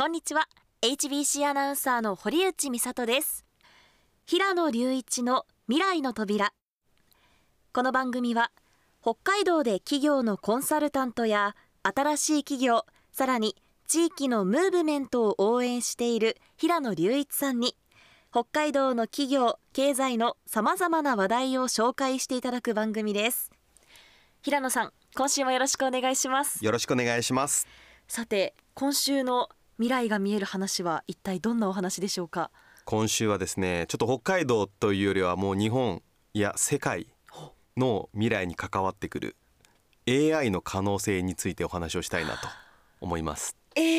んにちは。 HBC アナウンサーの堀内美里です。平野隆一の未来の扉。この番組は北海道で企業のコンサルタントや新しい企業、さらに地域のムーブメントを応援している平野隆一さんに北海道の企業経済のさまざまな話題を紹介していただく番組です。平野さん、今週もよろしくお願いします。 よろしくお願いします。 さて、今週の未来が見える話は一体どんなお話でしょうか。 今週はですね、ちょっと北海道というよりはもう日本や世界の未来に関わってくる AI の可能性についてお話をしたいなと思います。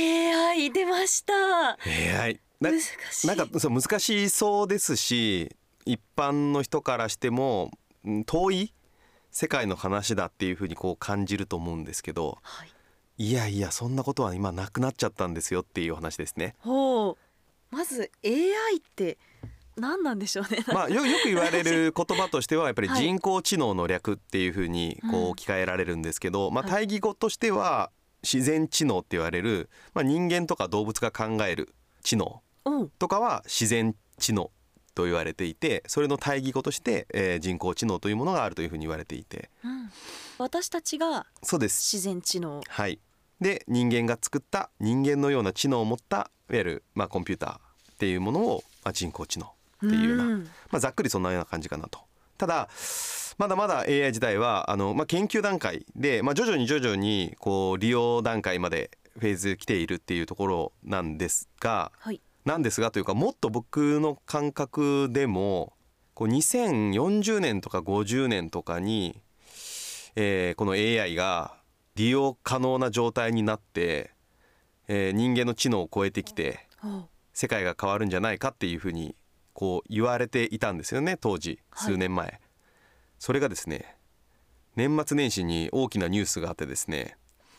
AI 出ました。 AI 難しい。 なんかそう難しそうですし、一般の人からしても遠い世界の話だっていうふうにこう感じると思うんですけど、 はい、 いやいやそんなことは今なくなっちゃったんですよっていうお話ですね。 ほう。まず AI って何なんでしょうね。 よく言われる言葉としてはやっぱり人工知能の略っていうふうにこう置き換えられるんですけど、対義語としては自然知能って言われる、人間とか動物が考える知能とかは自然知能と言われていて、それの対義語として、人工知能というものがあるというふうに言われていて、 私たちがそうです自然知能。 はい。で人間が作った人間のような知能を持ったいわゆる、コンピューターっていうものを、人工知能っていうような、ざっくりそんなような感じかなと。ただまだまだ AI 自体は研究段階で、徐々にこう利用段階までフェーズ来ているっていうところなんですが、というか、もっと僕の感覚でもこう2040年とか50年とかに、この AI が利用可能な状態になって、人間の知能を超えてきて世界が変わるんじゃないかっていうふうにこう言われていたんですよね、当時数年前、それがですね、年末年始に大きなニュースがあってですね、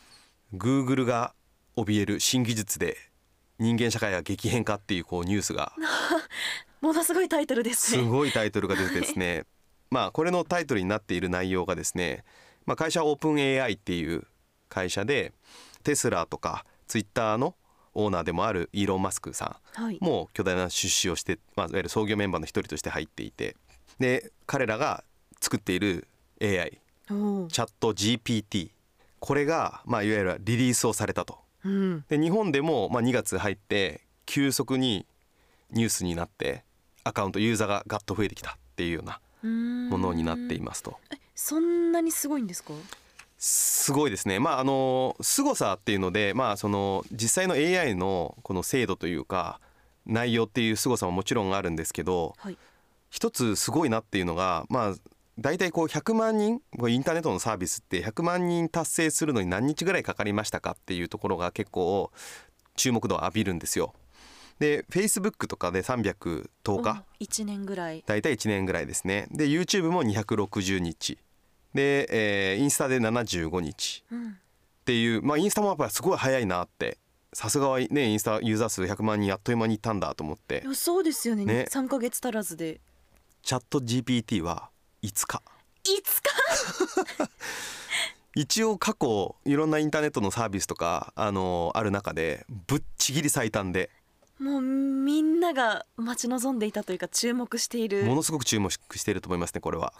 Google が怯える新技術で人間社会が激変化っていう、ニュースがものすごいタイトルですね。 すごいタイトルが出てですねこれのタイトルになっている内容がですね、会社はオープン AI っていう会社で、テスラとかツイッターのオーナーでもあるイーロン・マスクさんも巨大な出資をして、いわゆる創業メンバーの一人として入っていて、で彼らが作っている AI チャット GPT、 これが、いわゆるリリースをされたと、で日本でも、2月入って急速にニュースになってアカウントユーザーがガッと増えてきたっていうようなものになっていますと。 そんなにすごいんですか？ すごいですね。凄さっていうので、その実際の AI のこの精度というか内容っていう凄さももちろんあるんですけど、一つすごいなっていうのが、だいたいこう100万人、インターネットのサービスって100万人達成するのに何日ぐらいかかりましたかっていうところが結構注目度を浴びるんですよ。で Facebook とかで310日、 1年ぐらい、 だいたい1年ぐらいですね。で YouTube も260日で、インスタで75日っていう、インスタもやっぱりすごい早いなって、さすがはね、インスタユーザー数100万人あっという間にいったんだと思って。 そうですよね、3ヶ月足らずで。 チャット GPT は5日一応過去いろんなインターネットのサービスとかある中でぶっちぎり最短で、 もうみんなが待ち望んでいたというか注目している、 ものすごく注目していると思いますね、これは。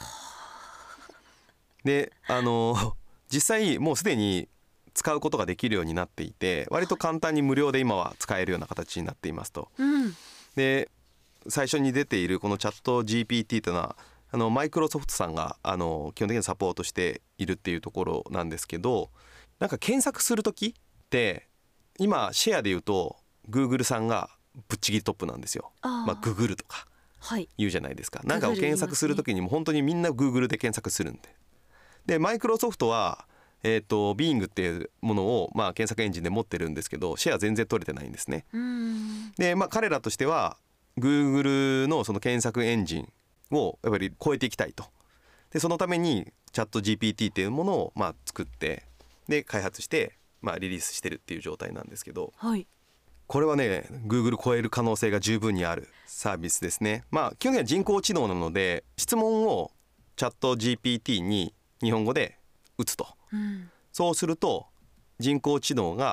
で実際もうすでに使うことができるようになっていて、割と簡単に無料で今は使えるような形になっていますと、で最初に出ているこのチャット GPT というのはマイクロソフトさんが基本的にサポートしているっていうところなんですけど、なんか検索するときって今シェアで言うと Google さんがぶっちぎりトップなんですよ。Google とか言うじゃないですか、なんかを検索するときにも本当にみんな Google で検索するんで、マイクロソフトはBing っていうものを、検索エンジンで持ってるんですけど、シェア全然取れてないんですね。で、彼らとしては Google のその検索エンジンをやっぱり超えていきたいと。でそのためにチャット GPT っていうものを作って、で開発して、リリースしてるっていう状態なんですけど、これはね Google 超える可能性が十分にあるサービスですね。基本的には人工知能なので、質問をチャット GPT に日本語で打つと、そうすると人工知能が、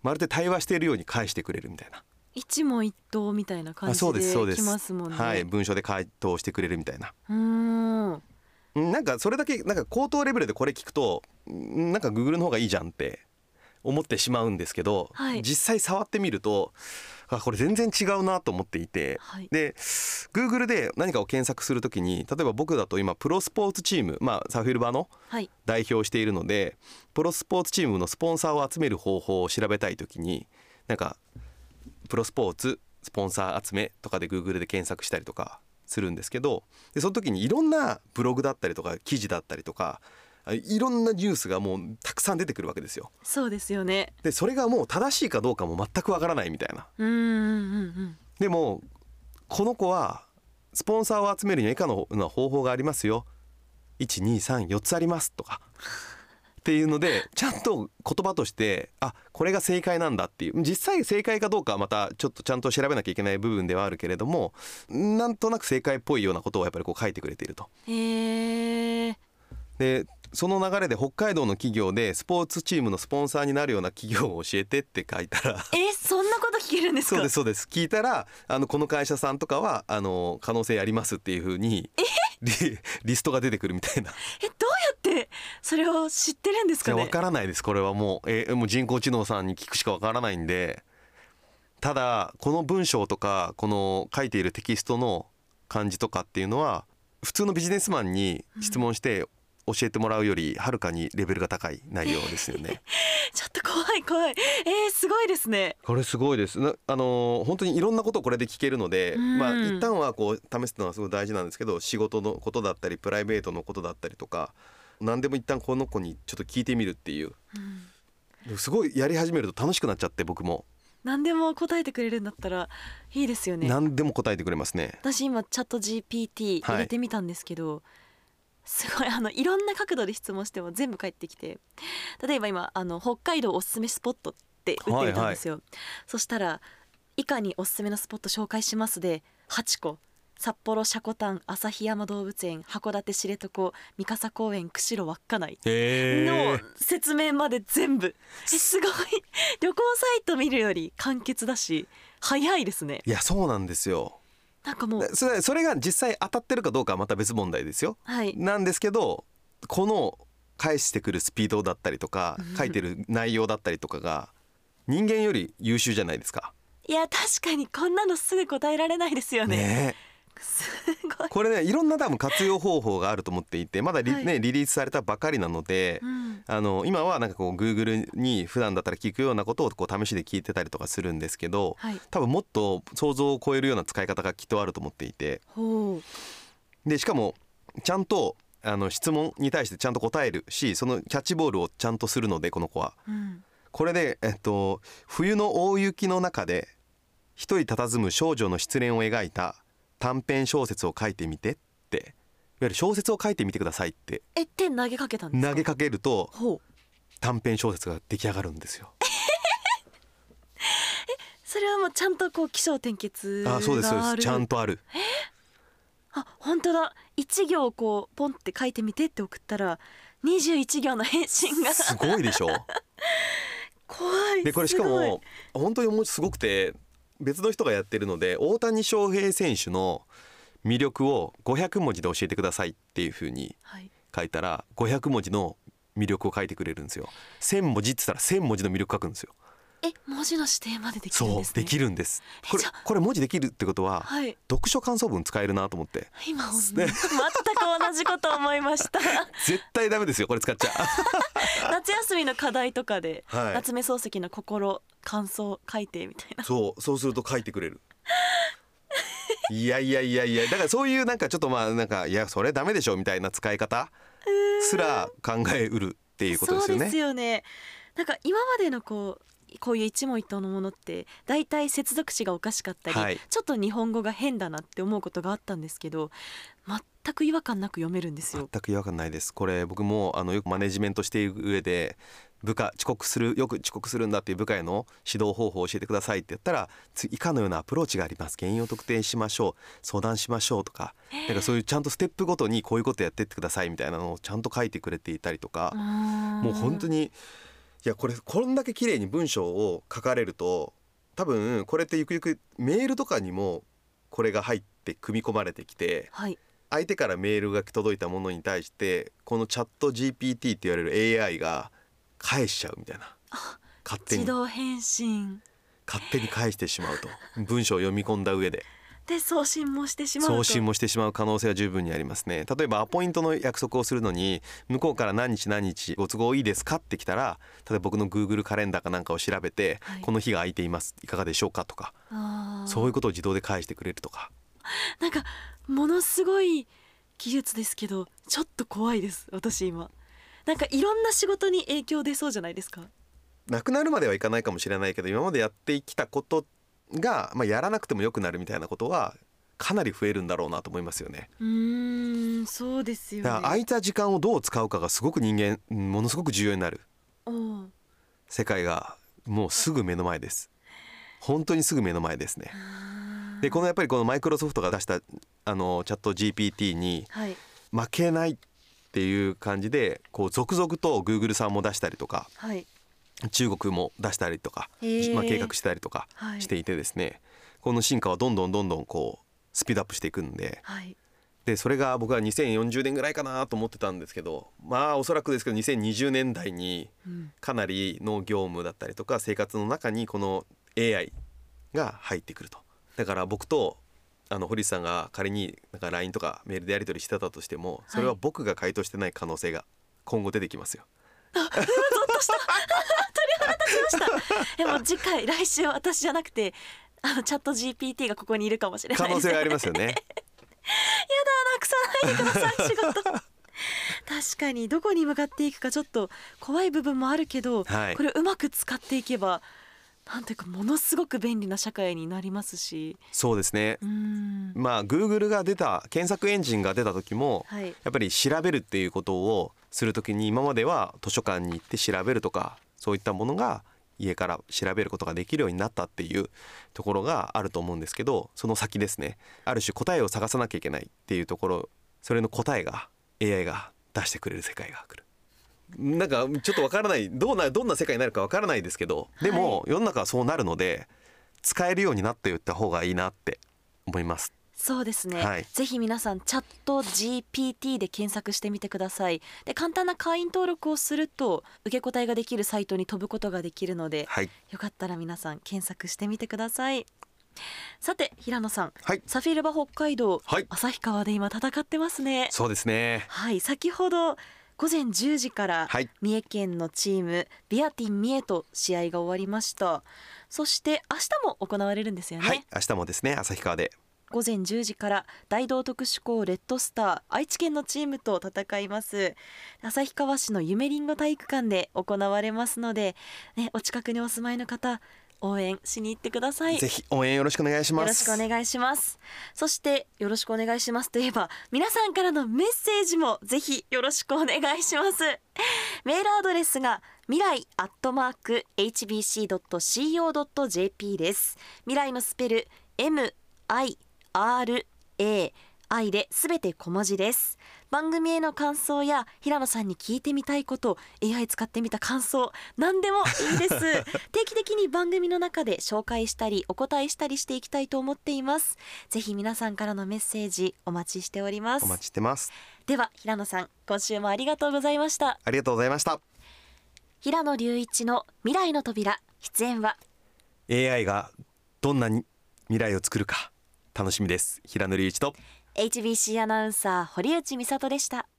まるで対話しているように返してくれるみたいな、 一問一答みたいな感じできますもんね。 はい、文章で回答してくれるみたいな。 なんかそれだけなんか口頭レベルでこれ聞くとなんか Google の方がいいじゃんって思ってしまうんですけど、 はい、 実際触ってみるとこれ全然違うなと思っていて、 はい、 で Google で何かを検索するときに、例えば僕だと今プロスポーツチーム、サフィルバの代表をしているので、プロスポーツチームのスポンサーを集める方法を調べたいときになんかプロスポーツスポンサー集めとかで Google で検索したりとかするんですけど、でその時にいろんなブログだったりとか記事だったりとかいろんなニュースがもうたくさん出てくるわけですよ。 そうですよね。 でそれがもう正しいかどうかも全くわからないみたいな。でもこの子はスポンサーを集めるには以下の方法がありますよ、1234つありますとかっていうのでちゃんと言葉としてこれが正解なんだっていう、実際正解かどうかはまたちょっとちゃんと調べなきゃいけない部分ではあるけれども、なんとなく正解っぽいようなことをやっぱりこう書いてくれていると。でその流れで北海道の企業でスポーツチームのスポンサーになるような企業を教えてって書いたらそんなこと聞けるんですか？ そうです聞いたらこの会社さんとかは可能性ありますっていう風にリストが出てくるみたいな。 どうやってそれを知ってるんですかね？ わからないです。これはもう人工知能さんに聞くしかわからないんで、ただこの文章とかこの書いているテキストの感じとかっていうのは普通のビジネスマンに質問して教えてもらうよりはるかにレベルが高い内容ですよね。 ちょっと怖い、すごいですね。 これすごいです。本当にいろんなことをこれで聞けるので、一旦はこう試すのはすごい大事なんですけど、仕事のことだったりプライベートのことだったりとか何でも一旦この子にちょっと聞いてみるっていう、すごいやり始めると楽しくなっちゃって、僕も何でも答えてくれるんだったらいいですよね。 何でも答えてくれますね。 私今チャット GPT 入れてみたんですけど、すごいいろんな角度で質問しても全部返ってきて、例えば今北海道おすすめスポットって打ってみたんですよ、そしたら以下におすすめのスポット紹介しますで8個、札幌積丹旭山動物園函館知床三笠公園釧路稚内の説明まで全部すごい旅行サイト見るより簡潔だし早いですね。 いやそうなんですよ。なんかもうそれが実際当たってるかどうかはまた別問題ですよ、なんですけどこの返してくるスピードだったりとか書いてる内容だったりとかが人間より優秀じゃないですか。 いや確かにこんなのすぐ答えられないですよね。すごいこれねいろんな多分活用方法があると思っていて、まだリリースされたばかりなので、今はなんかこう Google に普段だったら聞くようなことをこう試しで聞いてたりとかするんですけど、多分もっと想像を超えるような使い方がきっとあると思っていて、でしかもちゃんと質問に対してちゃんと答えるし、そのキャッチボールをちゃんとするのでこの子は、これで、冬の大雪の中で一人佇む少女の失恋を描いた短編小説を書いてみてって、いわゆる小説を書いてみてくださいって手投げかけたんですか？ 投げかけると短編小説が出来上がるんですよ。 それはもうちゃんとこう起承転結がある？ そうですちゃんとある。 本当だ。1行こうポンって書いてみてって送ったら21行の返信がすごいでしょ怖い。 でこれしかも本当にすごくて、別の人がやってるので大谷翔平選手の魅力を500文字で教えてくださいっていう風に書いたら、500文字の魅力を書いてくれるんですよ。1000文字って言ったら1000文字の魅力書くんですよ。 文字の指定までできるんですね。 そうできるんです。これ文字できるってことは、読書感想文使えるなと思って今全く同じこと思いました絶対ダメですよこれ使っちゃ夏休みの課題とかで、夏目漱石の心感想書いてみたいな、 そうすると書いてくれるいやだからそういうなんかちょっとなんかいやそれダメでしょみたいな使い方すら考えうるっていうことですよね。 そうですよね。なんか今までのこういう一問一答のものってだいたい接続詞がおかしかったり、ちょっと日本語が変だなって思うことがあったんですけど、全く違和感なく読めるんですよ。 全く違和感ないです。これ僕もよくマネジメントしている上でよく遅刻するんだっていう部下への指導方法を教えてくださいって言ったら、以下のようなアプローチがあります、原因を特定しましょう、相談しましょうとか、なんかそういうちゃんとステップごとにこういうことやってってくださいみたいなのをちゃんと書いてくれていたりとか、もう本当にいやこんだけ綺麗に文章を書かれると、多分これってゆくゆくメールとかにもこれが入って組み込まれてきて、 はい、 相手からメールが届いたものに対してこのチャット GPT って言われる AI が返しちゃうみたいな、勝手に自動返信返してしまうと、文章を読み込んだ上でで送信もしてしまうと。 送信もしてしまう可能性は十分にありますね。例えばアポイントの約束をするのに向こうから何日何日ご都合いいですかってきたら、例えば僕の Google カレンダーかなんかを調べて、はい、この日が空いています、いかがでしょうかとか、そういうことを自動で返してくれるとか、 なんかものすごい技術ですけどちょっと怖いです。私今なんかいろんな仕事に影響出そうじゃないですか。 なくなるまではいかないかもしれないけど、今までやってきたことが、やらなくてもよくなるみたいなことはかなり増えるんだろうなと思いますよね。 そうですよね。 だから空いた時間をどう使うかがすごく人間ものすごく重要になる世界がもうすぐ目の前です。本当にすぐ目の前ですね。でやっぱりこのマイクロソフトが出したチャット GPT に負けないっていう感じで、続々と Google さんも出したりとか、はい、中国も出したりとか、計画したりとかしていてですね、はい、この進化はどんどんスピードアップしていくんで、はい、でそれが僕は2040年ぐらいかなと思ってたんですけど、おそらくですけど2020年代にかなりの業務だったりとか生活の中にこの AI が入ってくると。だから僕と堀内さんが仮にLINE とかメールでやり取りしてたとしても、それは僕が回答してない可能性が今後出てきますよ。 ゾッとした鳥肌立ちました。でも次回来週は私じゃなくてチャット GPT がここにいるかもしれないですね。 可能性がありますよね。 やだ、なくさないでください仕事確かにどこに向かっていくかちょっと怖い部分もあるけど、はい、これうまく使っていけばなんていうかものすごく便利な社会になりますし。 そうですね。Google が出た検索エンジンが出た時も、はい、やっぱり調べるっていうことをする時に今までは図書館に行って調べるとかそういったものが家から調べることができるようになったっていうところがあると思うんですけど、その先ですね、ある種答えを探さなきゃいけないっていうところ、それの答えが AI が出してくれる世界が来る。なんかちょっとわからない、どんな世界になるかわからないですけど、でも世の中はそうなるので使えるようになっていった方がいいなって思います。 そうですね、はい、ぜひ皆さんチャット GPT で検索してみてください。で簡単な会員登録をすると受け答えができるサイトに飛ぶことができるので、はい、よかったら皆さん検索してみてください。さて平野さん、はい、サフィルバ北海道、はい、旭川で今戦ってますね。 そうですね、 はい、先ほど午前10時から、はい、三重県のチームビアティン三重と試合が終わりました。そして明日も行われるんですよね。 はい、明日もですね、旭川で午前10時から大同特殊校レッドスター愛知県のチームと戦います。旭川市の夢りんご体育館で行われますので、ね、お近くにお住まいの方応援しに行ってください。 ぜひ応援よろしくお願いします。 よろしくお願いします。そしてよろしくお願いしますといえば皆さんからのメッセージもぜひよろしくお願いします。メールアドレスが未来@hbc.co.jp です。未来のスペル MIRAI で全て小文字です。番組への感想や平野さんに聞いてみたいこと、 AI 使ってみた感想何でもいいです定期的に番組の中で紹介したりお答えしたりしていきたいと思っています。ぜひ皆さんからのメッセージお待ちしております。 お待ちしてます。 では平野さん、今週もありがとうございました。 ありがとうございました。 平野隆一の未来の扉、出演は AI がどんな未来を作るか楽しみです。平野隆一と HBC アナウンサー堀内美里でした。